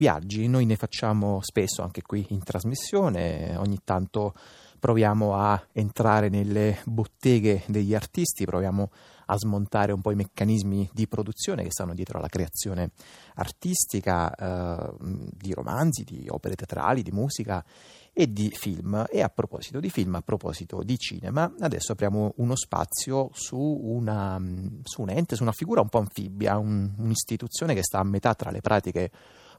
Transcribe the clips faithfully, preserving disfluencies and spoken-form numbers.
viaggi. Noi ne facciamo spesso anche qui in trasmissione, ogni tanto proviamo a entrare nelle botteghe degli artisti, proviamo a smontare un po' i meccanismi di produzione che stanno dietro alla creazione artistica eh, di romanzi, di opere teatrali, di musica e di film. E a proposito di film, a proposito di cinema, adesso apriamo uno spazio su, una, su un ente, su una figura un po' anfibia, un, un'istituzione che sta a metà tra le pratiche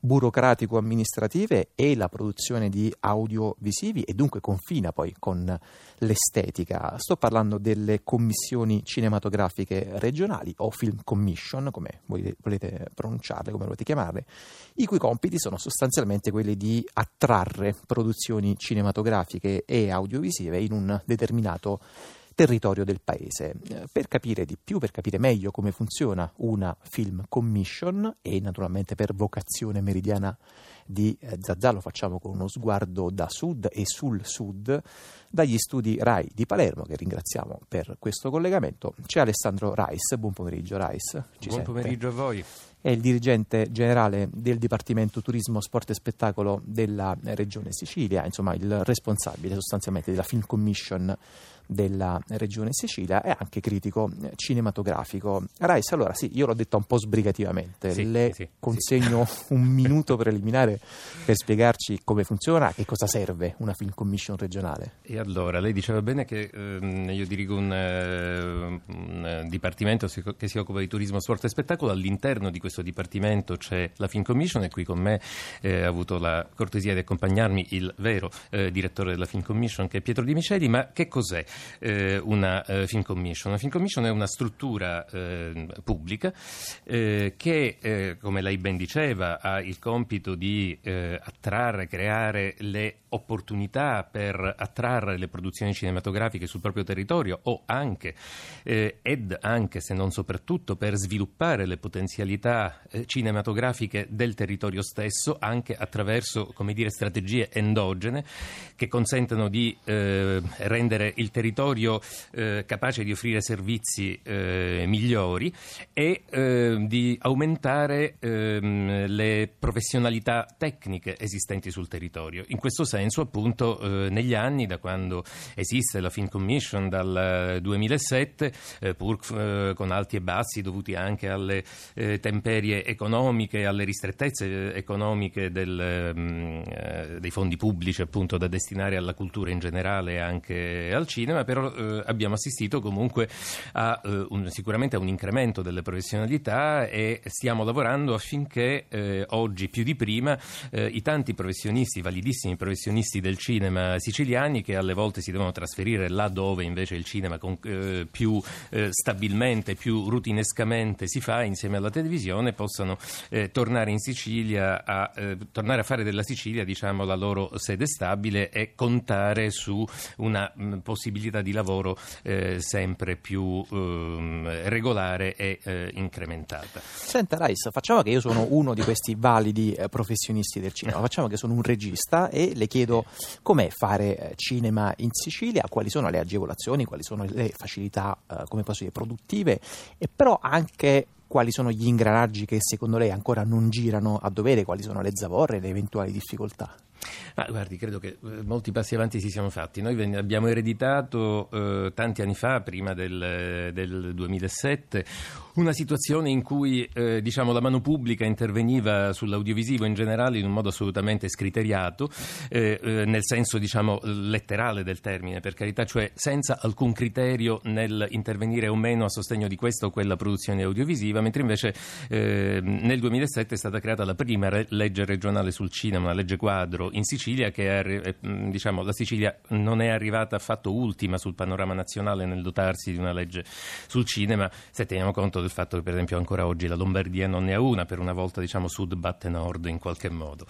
burocratico-amministrative e la produzione di audiovisivi e dunque confina poi con l'estetica. Sto parlando delle commissioni cinematografiche regionali o film commission, come voi volete pronunciarle, come volete chiamarle, i cui compiti sono sostanzialmente quelli di attrarre produzioni cinematografiche e audiovisive in un determinato territorio del paese. Per capire di più, per capire meglio come funziona una film commission e naturalmente per vocazione meridiana di Zazà, lo facciamo con uno sguardo da sud e sul sud, dagli studi RAI di Palermo, che ringraziamo per questo collegamento, c'è Alessandro Rais. Buon pomeriggio Rais. Ci Buon sente? pomeriggio a voi. È il dirigente generale del Dipartimento Turismo, Sport e Spettacolo della Regione Sicilia, insomma il responsabile sostanzialmente della Film Commission della Regione Sicilia e anche critico cinematografico. Rais, allora sì, io l'ho detto un po' sbrigativamente, sì, le sì, consegno sì. un minuto preliminare per spiegarci come funziona e cosa serve una Film Commission regionale. E allora, lei diceva bene che ehm, io dirigo un, eh, un dipartimento che si occupa di turismo, sport e spettacolo. All'interno di questo dipartimento c'è la Film Commission e qui con me eh, ha avuto la cortesia di accompagnarmi il vero eh, direttore della Film Commission, che è Pietro Di Miceli. Ma che cos'è eh, una eh, Film Commission? Una Film Commission è una struttura eh, pubblica eh, che, eh, come lei ben diceva, ha il compito di eh, attrarre, creare le opportunità per attrarre le produzioni cinematografiche sul proprio territorio o anche eh, ed anche, se non soprattutto, per sviluppare le potenzialità eh, cinematografiche del territorio stesso, anche attraverso, come dire, strategie endogene che consentano di eh, rendere il territorio eh, capace di offrire servizi eh, migliori e eh, di aumentare eh, le professionalità tecniche esistenti sul territorio. In questo senso, appunto, eh, negli anni, da quando esiste la Film Commission, dal duemilasette, eh, pur eh, con alti e bassi dovuti anche alle eh, temperie economiche, alle ristrettezze economiche del, mh, eh, dei fondi pubblici, appunto, da destinare alla cultura in generale e anche al cinema, però eh, abbiamo assistito comunque a eh, un, sicuramente a un incremento delle professionalità e stiamo lavorando affinché eh, oggi più di prima eh, i tanti professionisti, validissimi professionisti del cinema siciliani, che alle volte si devono trasferire là dove invece il cinema con, eh, più eh, stabilmente, più rutinescamente si fa insieme alla televisione, possano eh, tornare in Sicilia a eh, tornare a fare della Sicilia, diciamo, la loro sede stabile e contare su una mh, possibilità di lavoro eh, sempre più eh, regolare e eh, incrementata. Senta Rais, facciamo che io sono uno di questi validi eh, professionisti del cinema, facciamo che sono un regista e le chiedo com'è fare cinema in Sicilia, quali sono le agevolazioni, quali sono le facilità eh, come posso dire, produttive, e però anche quali sono gli ingranaggi che secondo lei ancora non girano a dovere, quali sono le zavorre e le eventuali difficoltà. Ah, guardi, credo che eh, molti passi avanti si siano fatti. Noi ven- abbiamo ereditato eh, tanti anni fa, prima del, del duemilasette, una situazione in cui eh, diciamo la mano pubblica interveniva sull'audiovisivo in generale in un modo assolutamente scriteriato, eh, eh, nel senso, diciamo, letterale del termine, per carità, cioè senza alcun criterio nel intervenire o meno a sostegno di questa o quella produzione audiovisiva, mentre invece eh, nel duemilasette è stata creata la prima re- legge regionale sul cinema, una legge quadro in Sicilia, che è, diciamo, la Sicilia non è arrivata affatto ultima sul panorama nazionale nel dotarsi di una legge sul cinema, se teniamo conto del fatto che per esempio ancora oggi la Lombardia non ne ha una, per una volta, diciamo, sud batte nord in qualche modo.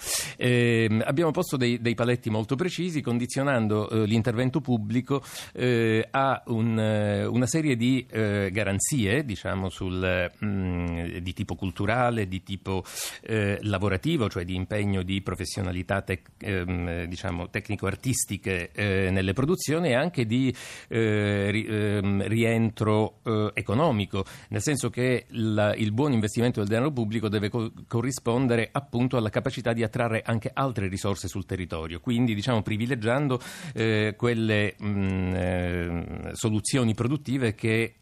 E abbiamo posto dei, dei paletti molto precisi, condizionando eh, l'intervento pubblico eh, a un, eh, una serie di eh, garanzie, diciamo, sul, mh, di tipo culturale, di tipo eh, lavorativo, cioè di impegno di professionalità tec- ehm, diciamo tecnico-artistiche eh, nelle produzioni e anche di eh, ri, ehm, rientro eh, economico, nel senso che la, il buon investimento del denaro pubblico deve co- corrispondere appunto alla capacità di attrarre anche altre risorse sul territorio, quindi diciamo privilegiando eh, quelle mh, eh, soluzioni produttive che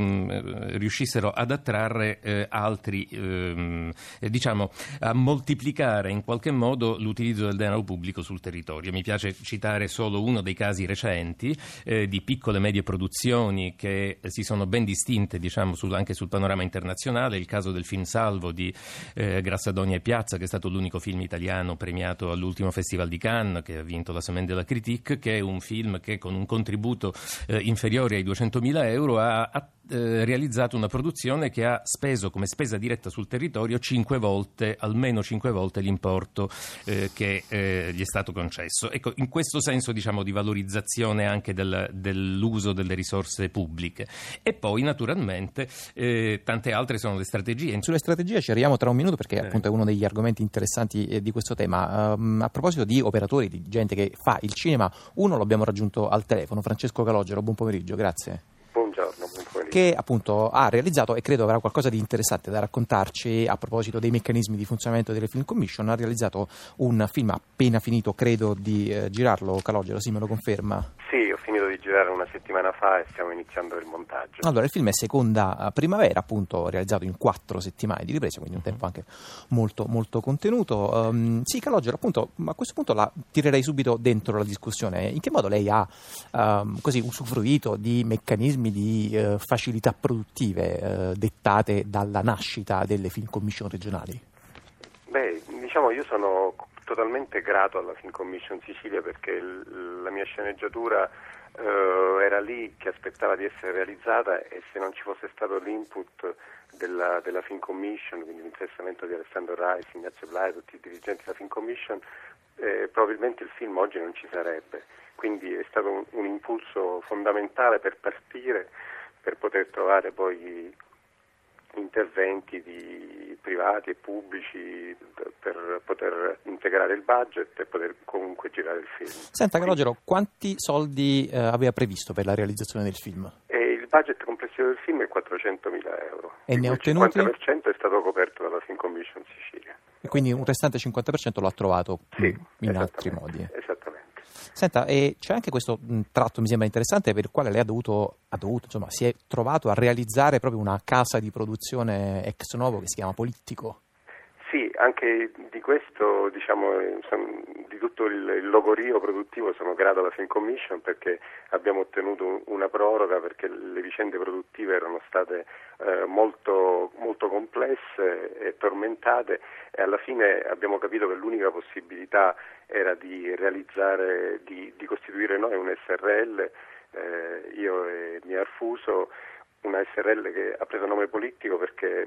ehm, riuscissero ad attrarre eh, altri, ehm, diciamo a moltiplicare in qualche modo l'utilizzo del denaro pubblico sul territorio. Mi piace citare solo uno dei casi recenti eh, di piccole e medie produzioni che si sono ben distinte, diciamo, sul, anche sul panorama internazionale, il caso del film Salvo di eh, Grassadonia e Piazza, che è stato l'unico film italiano premiato all'ultimo Festival di Cannes, che ha vinto la Semaine de la Critique, che è un film che con un contributo eh, inferiore ai duecentomila euro ha, ha eh, realizzato una produzione che ha speso come spesa diretta sul territorio cinque volte, almeno cinque volte l'importo eh, che eh, gli è stato concesso. Ecco, in questo senso diciamo di valorizzazione anche del, dell'uso delle risorse pubbliche. E poi naturalmente eh, tante altre sono le strategie. Sulle strategie ci arriviamo tra un minuto perché eh. appunto è uno degli argomenti interessanti eh, di questo tema. Um, a proposito di operatori, di gente che fa il cinema, uno lo abbiamo raggiunto al telefono, Francesco Calogero, buon pomeriggio, grazie. Buongiorno, buon pomeriggio. Che appunto ha realizzato, e credo avrà qualcosa di interessante da raccontarci a proposito dei meccanismi di funzionamento delle Film Commission, ha realizzato un film appena finito, credo, di eh, girarlo. Calogero, sì, me lo conferma? Sì, ho finito di girare una settimana fa e stiamo iniziando il montaggio. Allora, il film è Seconda Primavera, appunto realizzato in quattro settimane di ripresa, quindi un tempo anche molto molto contenuto. Um, sì, Calogero, appunto, a questo punto la tirerei subito dentro la discussione. In che modo lei ha um, così usufruito di meccanismi di uh, facilità produttive uh, dettate dalla nascita delle Film Commission regionali? Beh, diciamo, io sono totalmente grato alla Film Commission Sicilia perché l- la mia sceneggiatura uh, era lì che aspettava di essere realizzata, e se non ci fosse stato l'input della, della Film Commission, quindi l'interessamento di Alessandro Reis, Ignazio Blai, tutti i dirigenti della Film Commission, eh, probabilmente il film oggi non ci sarebbe. Quindi è stato un, un impulso fondamentale per partire, per poter trovare poi interventi di privati e pubblici per poter integrare il budget e poter comunque girare il film. Senta Calogero, quanti soldi eh, aveva previsto per la realizzazione del film? E il budget complessivo del film è quattrocentomila euro. E ne ha Il ottenuti? cinquanta per cento è stato coperto dalla Film Commission Sicilia. E quindi un restante cinquanta per cento l'ha trovato Sì, in altri modi. Esattamente. Senta, e c'è anche questo mh, tratto, mi sembra interessante, per il quale lei ha dovuto, ha dovuto, insomma, si è trovato a realizzare proprio una casa di produzione ex novo che si chiama Polittico. Sì, anche di questo, diciamo, son, di tutto il, il logorio produttivo sono grato alla Film Commission, perché abbiamo ottenuto una proroga perché le vicende produttive erano state eh, molto, molto complesse e tormentate, e alla fine abbiamo capito che l'unica possibilità era di realizzare, di, di costituire noi un S R L, eh, io e Mia Arfuso, una S R L che ha preso nome Polittico perché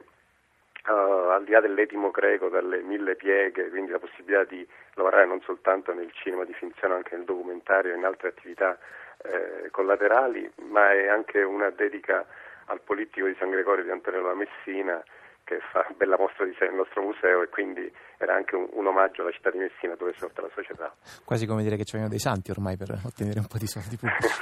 Uh, al di là dell'etimo greco, dalle mille pieghe, quindi la possibilità di lavorare non soltanto nel cinema di finzione, anche nel documentario e in altre attività eh, collaterali, ma è anche una dedica al Polittico di San Gregorio di Antonello da Messina, che fa bella mostra di sé nel nostro museo, e quindi era anche un, un omaggio alla città di Messina dove sorge la società. Quasi come dire che ci vogliono dei santi ormai per ottenere un po' di soldi pubblici.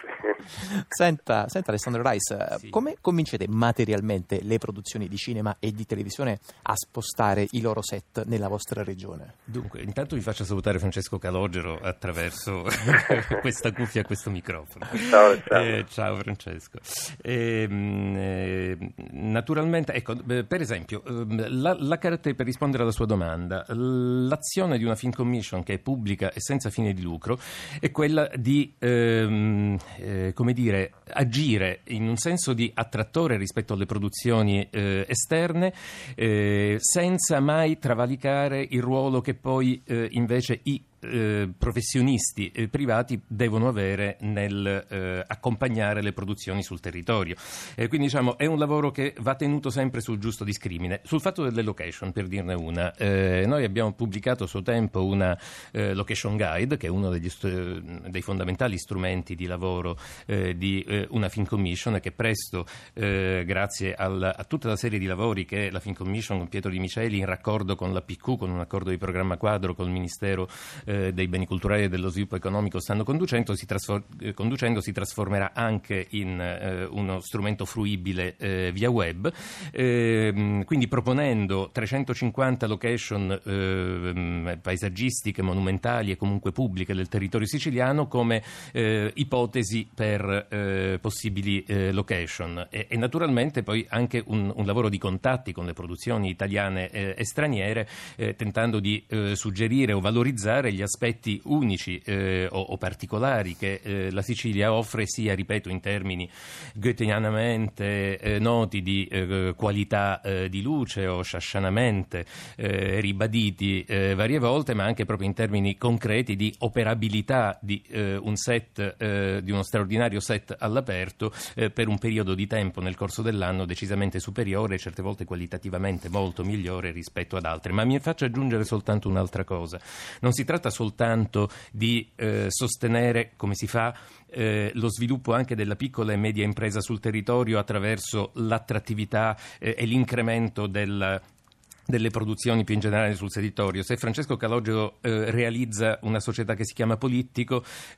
Senta, senta Alessandro Reis, sì. Come convincete materialmente le produzioni di cinema e di televisione a spostare i loro set nella vostra regione? Dunque, intanto vi faccio salutare Francesco Calogero attraverso questa cuffia e questo microfono. Ciao, ciao. Eh, ciao Francesco. Eh, eh, naturalmente, ecco, per esempio, la, la carattere, per rispondere alla sua domanda, l'azione di una Film Commission che è pubblica e senza fine di lucro è quella di ehm, eh, come dire, agire in un senso di attrattore rispetto alle produzioni eh, esterne, eh, senza mai travalicare il ruolo che poi eh, invece i Eh, professionisti eh, privati devono avere nel eh, accompagnare le produzioni sul territorio. Eh, quindi diciamo è un lavoro che va tenuto sempre sul giusto discrimine. Sul fatto delle location, per dirne una, eh, noi abbiamo pubblicato a suo tempo una eh, location guide, che è uno degli st- dei fondamentali strumenti di lavoro eh, di eh, una Film Commission, che presto, eh, grazie al, a tutta la serie di lavori che la Film Commission con Pietro Di Miceli, in raccordo con la P Q, con un accordo di programma quadro col Ministero eh, eh, dei beni culturali e dello sviluppo economico stanno conducendo, si, trasfor- eh, conducendo, si trasformerà anche in eh, uno strumento fruibile eh, via web, eh, quindi proponendo trecentocinquanta location eh, paesaggistiche, monumentali e comunque pubbliche del territorio siciliano come eh, ipotesi per eh, possibili eh, location e, e naturalmente poi anche un, un lavoro di contatti con le produzioni italiane eh, e straniere, eh, tentando di eh, suggerire o valorizzare gli aspetti unici eh, o, o particolari che eh, la Sicilia offre, sia, ripeto, in termini goetheanamente eh, noti di eh, qualità eh, di luce o sciascianamente eh, ribaditi eh, varie volte, ma anche proprio in termini concreti di operabilità di eh, un set, eh, di uno straordinario set all'aperto eh, per un periodo di tempo nel corso dell'anno decisamente superiore e certe volte qualitativamente molto migliore rispetto ad altre. Ma mi faccio aggiungere soltanto un'altra cosa: non si tratta soltanto di eh, sostenere, come si fa, eh, lo sviluppo anche della piccola e media impresa sul territorio attraverso l'attrattività eh, e l'incremento del delle produzioni più in generale sul territorio. Se Francesco Calogero eh, realizza una società che si chiama Polittico,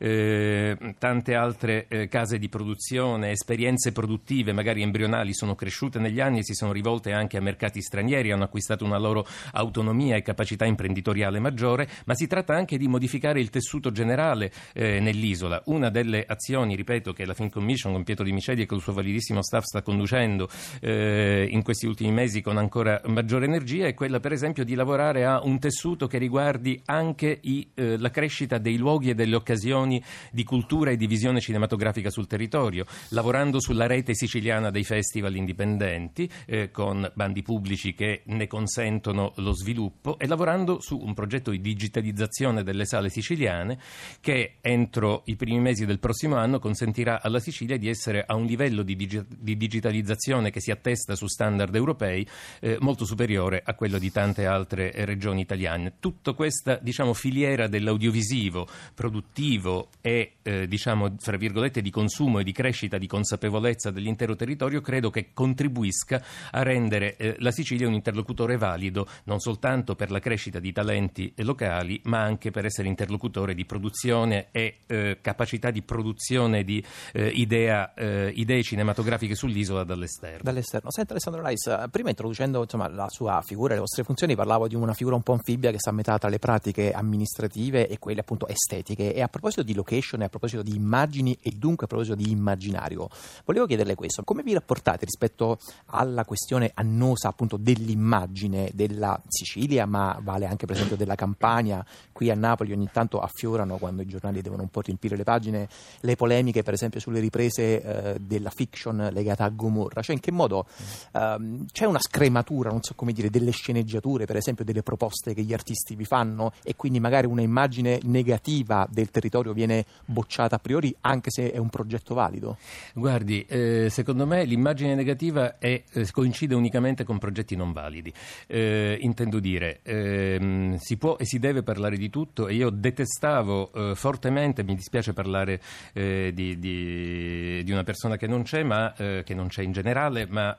eh, tante altre eh, case di produzione, esperienze produttive magari embrionali sono cresciute negli anni e si sono rivolte anche a mercati stranieri, hanno acquistato una loro autonomia e capacità imprenditoriale maggiore, ma si tratta anche di modificare il tessuto generale eh, nell'isola. Una delle azioni, ripeto, che la Film Commission con Pietro Di Miceli e con il suo validissimo staff sta conducendo eh, in questi ultimi mesi con ancora maggiore energia è quella, per esempio, di lavorare a un tessuto che riguardi anche i, eh, la crescita dei luoghi e delle occasioni di cultura e di visione cinematografica sul territorio, lavorando sulla rete siciliana dei festival indipendenti eh, con bandi pubblici che ne consentono lo sviluppo, e lavorando su un progetto di digitalizzazione delle sale siciliane che entro i primi mesi del prossimo anno consentirà alla Sicilia di essere a un livello di, digi- di digitalizzazione che si attesta su standard europei eh, molto superiore a quello di tante altre regioni italiane. Tutta questa, diciamo, filiera dell'audiovisivo produttivo e eh, diciamo, fra virgolette, di consumo e di crescita di consapevolezza dell'intero territorio credo che contribuisca a rendere eh, la Sicilia un interlocutore valido non soltanto per la crescita di talenti locali, ma anche per essere interlocutore di produzione e eh, capacità di produzione di eh, idea, eh, idee cinematografiche sull'isola dall'esterno. Dall'esterno. Senta Alessandro Lais, prima introducendo insomma la sua figura e le vostre funzioni parlavo di una figura un po' anfibia che sta a metà tra le pratiche amministrative e quelle appunto estetiche, e a proposito di location e a proposito di immagini e dunque a proposito di immaginario volevo chiederle questo: come vi rapportate rispetto alla questione annosa appunto dell'immagine della Sicilia, ma vale anche per esempio della Campania? Qui a Napoli ogni tanto affiorano, quando i giornali devono un po' riempire le pagine, le polemiche per esempio sulle riprese eh, della fiction legata a Gomorra, cioè in che modo ehm, c'è una scrematura, non so come dire, delle sceneggiature, per esempio delle proposte che gli artisti vi fanno, e quindi magari una immagine negativa del territorio viene bocciata a priori anche se è un progetto valido? Guardi, eh, secondo me l'immagine negativa è, eh, coincide unicamente con progetti non validi. Eh, intendo dire, ehm, si può e si deve parlare di tutto, e io detestavo eh, fortemente, mi dispiace parlare eh, di, di, di una persona che non c'è, ma eh, che non c'è in generale, ma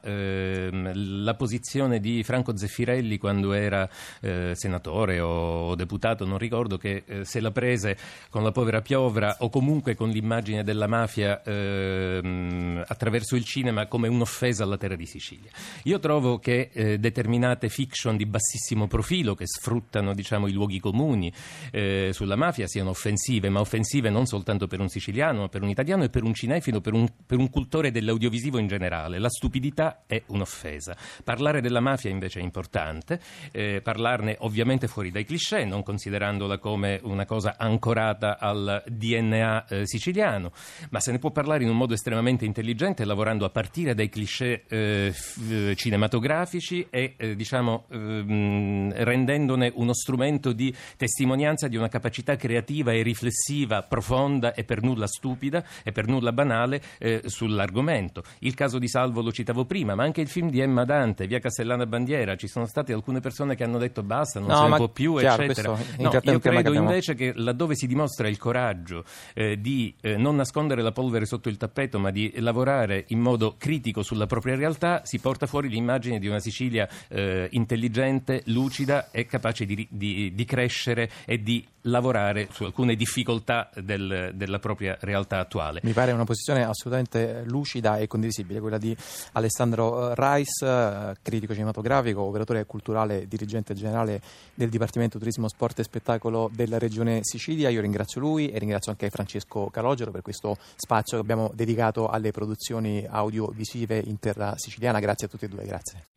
ehm, la posizione di Franco Zeffirelli quando era eh, senatore o, o deputato, non ricordo, che eh, se la prese con la povera Piovra o comunque con l'immagine della mafia eh, attraverso il cinema come un'offesa alla terra di Sicilia. Io trovo che eh, determinate fiction di bassissimo profilo che sfruttano, diciamo, i luoghi comuni eh, sulla mafia siano offensive, ma offensive non soltanto per un siciliano, ma per un italiano e per un cinefilo, per un, per un cultore dell'audiovisivo in generale. La stupidità è un'offesa. Parlare della mafia invece è importante, eh, parlarne ovviamente fuori dai cliché, non considerandola come una cosa ancorata al D N A eh, siciliano, ma se ne può parlare in un modo estremamente intelligente, lavorando a partire dai cliché eh, f- cinematografici e eh, diciamo ehm, rendendone uno strumento di testimonianza di una capacità creativa e riflessiva profonda e per nulla stupida e per nulla banale eh, sull'argomento. Il caso di Salvo lo citavo prima, ma anche il film di Emma Dante, Via Castellana Bandiera, ci sono state alcune persone che hanno detto basta, non no, se ne può più, chiaro, eccetera. Questo, no, io credo che abbiamo... invece che laddove si dimostra il coraggio eh, di eh, non nascondere la polvere sotto il tappeto, ma di lavorare in modo critico sulla propria realtà, si porta fuori l'immagine di una Sicilia eh, intelligente, lucida e capace di, di, di crescere e di lavorare su alcune difficoltà del, della propria realtà attuale. Mi pare una posizione assolutamente lucida e condivisibile, quella di Alessandro Rais, critico cinematografico, operatore culturale, dirigente generale del Dipartimento Turismo, Sport e Spettacolo della Regione Sicilia. Io ringrazio lui e ringrazio anche Francesco Calogero per questo spazio che abbiamo dedicato alle produzioni audiovisive in terra siciliana. Grazie a tutti e due, grazie.